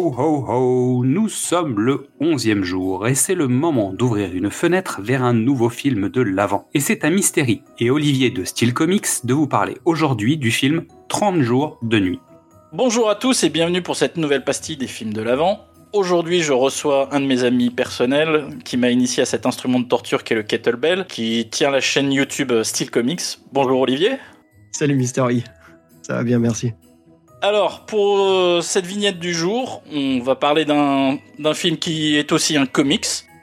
Ho ho ho, nous sommes le 11e jour et c'est le moment d'ouvrir une fenêtre vers un nouveau film de l'Avent. Et c'est à Mystery et Olivier de Style Comics de vous parler aujourd'hui du film 30 jours de nuit. Bonjour à tous et bienvenue pour cette nouvelle pastille des films de l'Avent. Aujourd'hui, je reçois un de mes amis personnels qui m'a initié à cet instrument de torture qu'est le kettlebell, qui tient la chaîne YouTube Style Comics. Bonjour Olivier. Salut Mystery, ça va bien, merci. Alors, pour cette vignette du jour, on va parler d'un film qui est aussi un comics,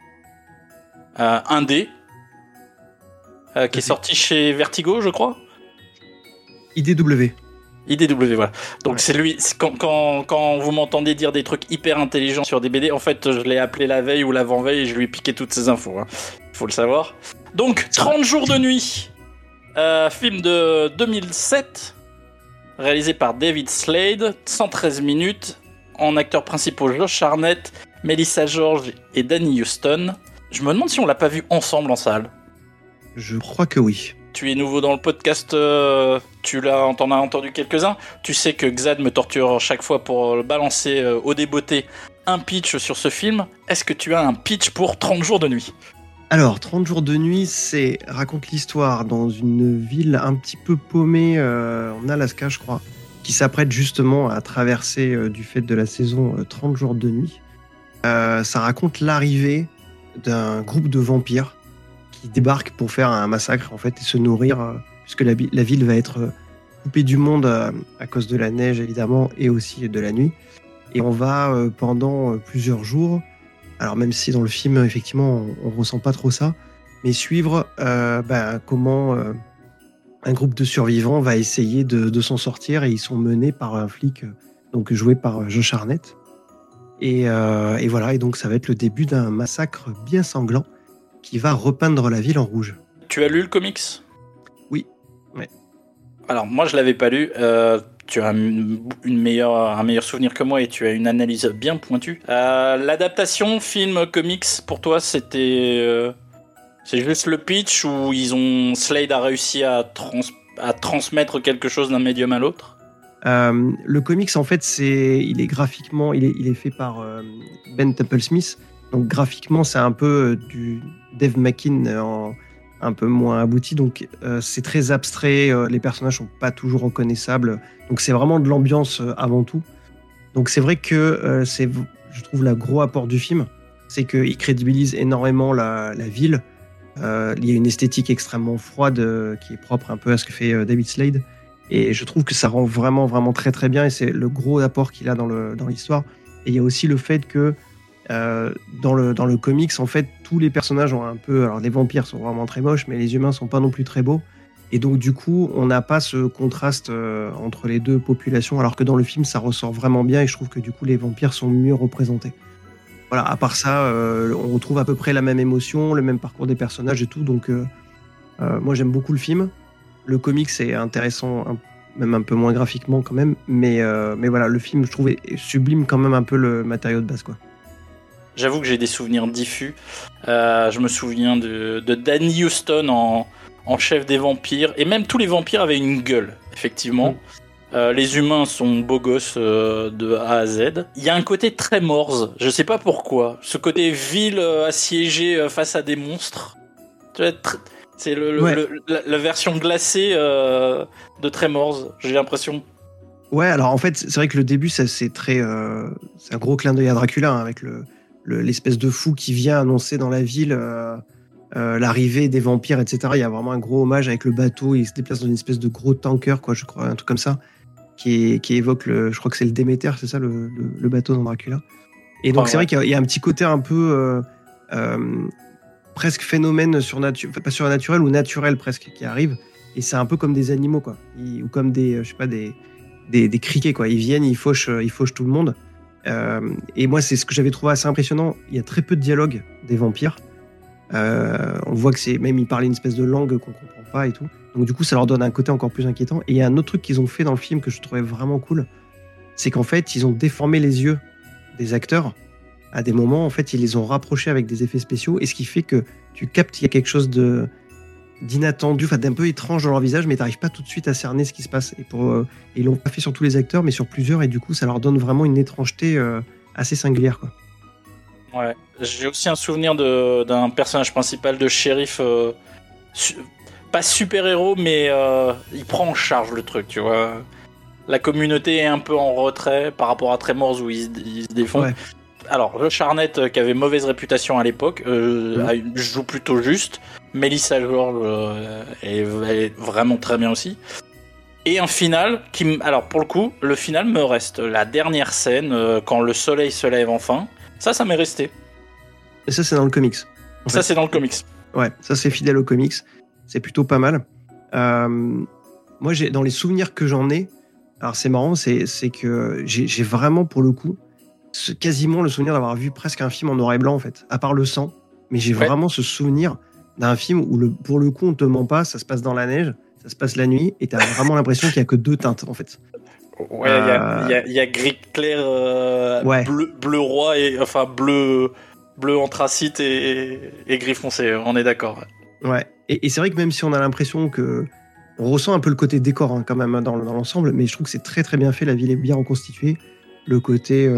indé, qui est sorti chez Vertigo, je crois. IDW, voilà. Donc ouais. C'est lui, quand vous m'entendez dire des trucs hyper intelligents sur des BD, en fait, je l'ai appelé la veille ou l'avant-veille et je lui ai piqué toutes ces infos. Faut le savoir. Donc, 30 jours de nuit, film de 2007, réalisé par David Slade, 113 minutes, en acteurs principaux Josh Hartnett, Melissa George et Danny Huston. Je me demande si on l'a pas vu ensemble en salle. Je crois que oui. Tu es nouveau dans le podcast, t'en as entendu quelques-uns. Tu sais que Xad me torture chaque fois pour balancer au débeauté un pitch sur ce film. Est-ce que tu as un pitch pour 30 jours de nuit ? Alors, 30 jours de nuit, raconte l'histoire dans une ville un petit peu paumée en Alaska, je crois, qui s'apprête justement à traverser du fait de la saison 30 jours de nuit. Ça raconte l'arrivée d'un groupe de vampires qui débarquent pour faire un massacre en fait et se nourrir, puisque la ville va être coupée du monde à cause de la neige évidemment et aussi de la nuit. Et on va pendant plusieurs jours. Alors même si dans le film, effectivement, on ressent pas trop ça, mais suivre comment un groupe de survivants va essayer de s'en sortir et ils sont menés par un flic, donc joué par Josh Hartnett. Et voilà, et donc ça va être le début d'un massacre bien sanglant qui va repeindre la ville en rouge. Tu as lu le comics ? Oui. Ouais. Alors moi je l'avais pas lu. Tu as un meilleur souvenir que moi et tu as une analyse bien pointue. L'adaptation film comics pour toi c'est juste le pitch ou Slade a réussi à transmettre quelque chose d'un médium à l'autre ? Le comics en fait il est fait par Ben Temple-Smith. Donc graphiquement c'est un peu du Dave McKean un peu moins abouti, donc c'est très abstrait, les personnages sont pas toujours reconnaissables, donc c'est vraiment de l'ambiance avant tout. Donc c'est vrai que je trouve le gros apport du film, c'est qu'il crédibilise énormément la ville. Il y a une esthétique extrêmement froide qui est propre un peu à ce que fait David Slade, et je trouve que ça rend vraiment vraiment très très bien, et c'est le gros apport qu'il a dans l'histoire. Et il y a aussi le fait que dans le comics, en fait, tous les personnages ont un peu... Alors, les vampires sont vraiment très moches, mais les humains sont pas non plus très beaux. Et donc, du coup, on n'a pas ce contraste entre les deux populations, alors que dans le film, ça ressort vraiment bien, et je trouve que, du coup, les vampires sont mieux représentés. Voilà, à part ça, on retrouve à peu près la même émotion, le même parcours des personnages et tout, donc moi, j'aime beaucoup le film. Le comics est intéressant, même un peu moins graphiquement quand même, mais voilà, le film, je trouve, sublime quand même un peu le matériau de base, quoi. J'avoue que j'ai des souvenirs diffus. Je me souviens de Danny Huston en chef des vampires. Et même tous les vampires avaient une gueule, effectivement. Les humains sont beaux gosses de A à Z. Il y a un côté très Morse, je sais pas pourquoi. Ce côté ville assiégée face à des monstres. C'est la version glacée de très Morse, j'ai l'impression. Ouais, alors en fait, c'est vrai que le début, c'est un gros clin d'œil à Dracula, hein, avec l'espèce de fou qui vient annoncer dans la ville l'arrivée des vampires, etc. Il y a vraiment un gros hommage avec le bateau, il se déplace dans une espèce de gros tanker, quoi, je crois, un truc comme ça, qui évoque je crois que c'est le Déméter, c'est ça, le bateau dans Dracula. Et donc c'est vrai qu'il y a un petit côté un peu presque phénomène pas surnaturel ou naturel presque qui arrive, et c'est un peu comme des animaux, quoi, ou comme des criquets, quoi. Ils viennent, ils fauchent tout le monde. Et moi, c'est ce que j'avais trouvé assez impressionnant. Il y a très peu de dialogue des vampires. On voit que même ils parlent une espèce de langue qu'on comprend pas et tout. Donc du coup, ça leur donne un côté encore plus inquiétant. Et il y a un autre truc qu'ils ont fait dans le film que je trouvais vraiment cool, c'est qu'en fait, ils ont déformé les yeux des acteurs. À des moments, en fait, ils les ont rapprochés avec des effets spéciaux, et ce qui fait que tu captes qu'il y a quelque chose d'inattendu, enfin d'un peu étrange dans leur visage, mais t'arrives pas tout de suite à cerner ce qui se passe. Et ils l'ont pas fait sur tous les acteurs, mais sur plusieurs, et du coup, ça leur donne vraiment une étrangeté assez singulières, quoi. Ouais. J'ai aussi un souvenir d'un personnage principal de shérif, pas super-héros, mais il prend en charge le truc, tu vois. La communauté est un peu en retrait par rapport à Tremors où ils se défont. Ouais. Alors, Josh Hartnett, qui avait mauvaise réputation à l'époque, joue plutôt juste. Melissa George est vraiment très bien aussi. Et un final alors pour le coup, le final me reste. La dernière scène, quand le soleil se lève enfin, ça m'est resté. Et ça, c'est dans le comics. Ça, c'est dans le comics. Ouais, ça, c'est fidèle au comics. C'est plutôt pas mal. Moi, dans les souvenirs que j'en ai, alors c'est marrant, c'est que j'ai vraiment, pour le coup, quasiment le souvenir d'avoir vu presque un film en noir et blanc, en fait, à part le sang. Mais j'ai vraiment ce souvenir d'un film où, pour le coup, on te ment pas, ça se passe dans la neige, ça se passe la nuit, et t'as vraiment l'impression qu'il y a que 2 teintes, en fait. Ouais, il y a gris clair, bleu roi, enfin bleu anthracite et gris foncé, on est d'accord. Ouais, et c'est vrai que même si on a l'impression que on ressent un peu le côté décor, hein, quand même, dans l'ensemble, mais je trouve que c'est très très bien fait, la ville est bien reconstituée, le côté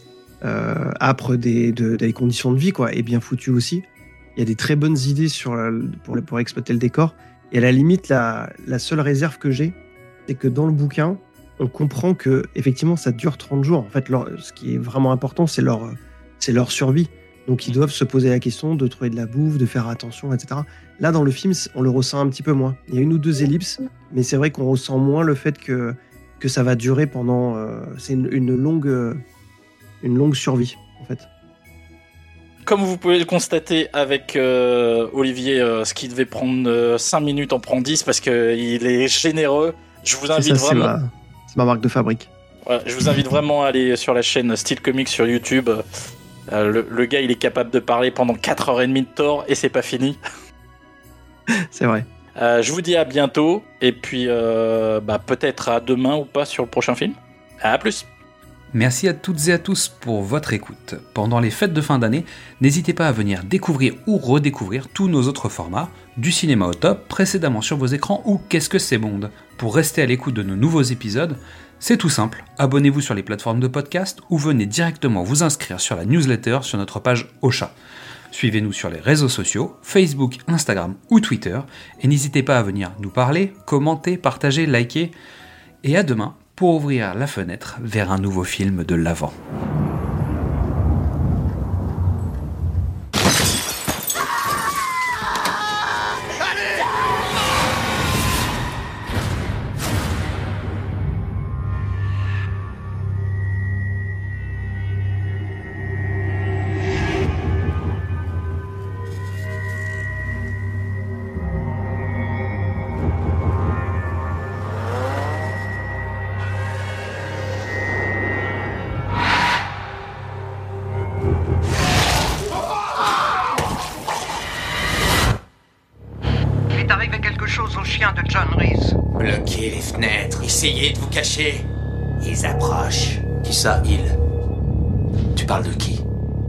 âpre des conditions de vie, quoi, est bien foutu aussi. Il y a des très bonnes idées pour exploiter le décor, et à la limite, la seule réserve que j'ai, c'est que dans le bouquin, on comprend que effectivement ça dure 30 jours. En fait, ce qui est vraiment important, c'est leur survie. Donc ils doivent se poser la question de trouver de la bouffe, de faire attention, etc. Là, dans le film, on le ressent un petit peu moins. Il y a 1 ou 2 ellipses, mais c'est vrai qu'on ressent moins le fait que ça va durer pendant... c'est une longue survie, en fait. Comme vous pouvez le constater avec Olivier, ce qui devait prendre 5 minutes en prend 10 parce qu'il est généreux. Je vous invite vraiment... C'est ma marque de fabrique. Ouais, je vous invite vraiment à aller sur la chaîne Steel Comics sur YouTube. Le gars, il est capable de parler pendant 4h30 de Thor et c'est pas fini. C'est vrai. Je vous dis à bientôt et puis peut-être à demain ou pas sur le prochain film. À plus. Merci à toutes et à tous pour votre écoute. Pendant les fêtes de fin d'année, n'hésitez pas à venir découvrir ou redécouvrir tous nos autres formats, du cinéma au top, précédemment sur vos écrans ou Qu'est-ce que c'est Bond. Pour rester à l'écoute de nos nouveaux épisodes, c'est tout simple, abonnez-vous sur les plateformes de podcast ou venez directement vous inscrire sur la newsletter sur notre page Ocha. Suivez-nous sur les réseaux sociaux, Facebook, Instagram ou Twitter, et n'hésitez pas à venir nous parler, commenter, partager, liker, et à demain pour ouvrir la fenêtre vers un nouveau film de l'Avent. Bloquez les fenêtres, essayez de vous cacher. Ils approchent. Qui ça, ils? Tu parles de qui?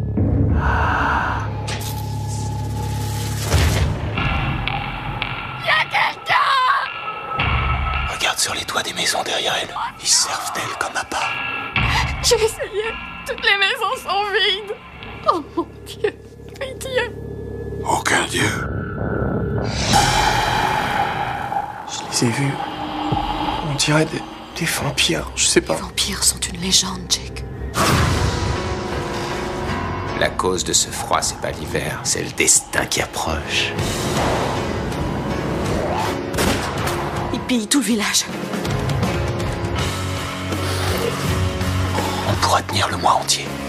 Y'a quelqu'un! Regarde sur les toits des maisons derrière elle. Ils servent d'elle comme appât. J'ai essayé. Toutes les maisons sont vides. Oh mon Dieu. Pitié. Aucun dieu. Je les ai vus. On dirait des vampires, je sais pas. Les vampires sont une légende, Jake. La cause de ce froid, c'est pas l'hiver, c'est le destin qui approche. Ils pillent tout le village. On pourra tenir le mois entier.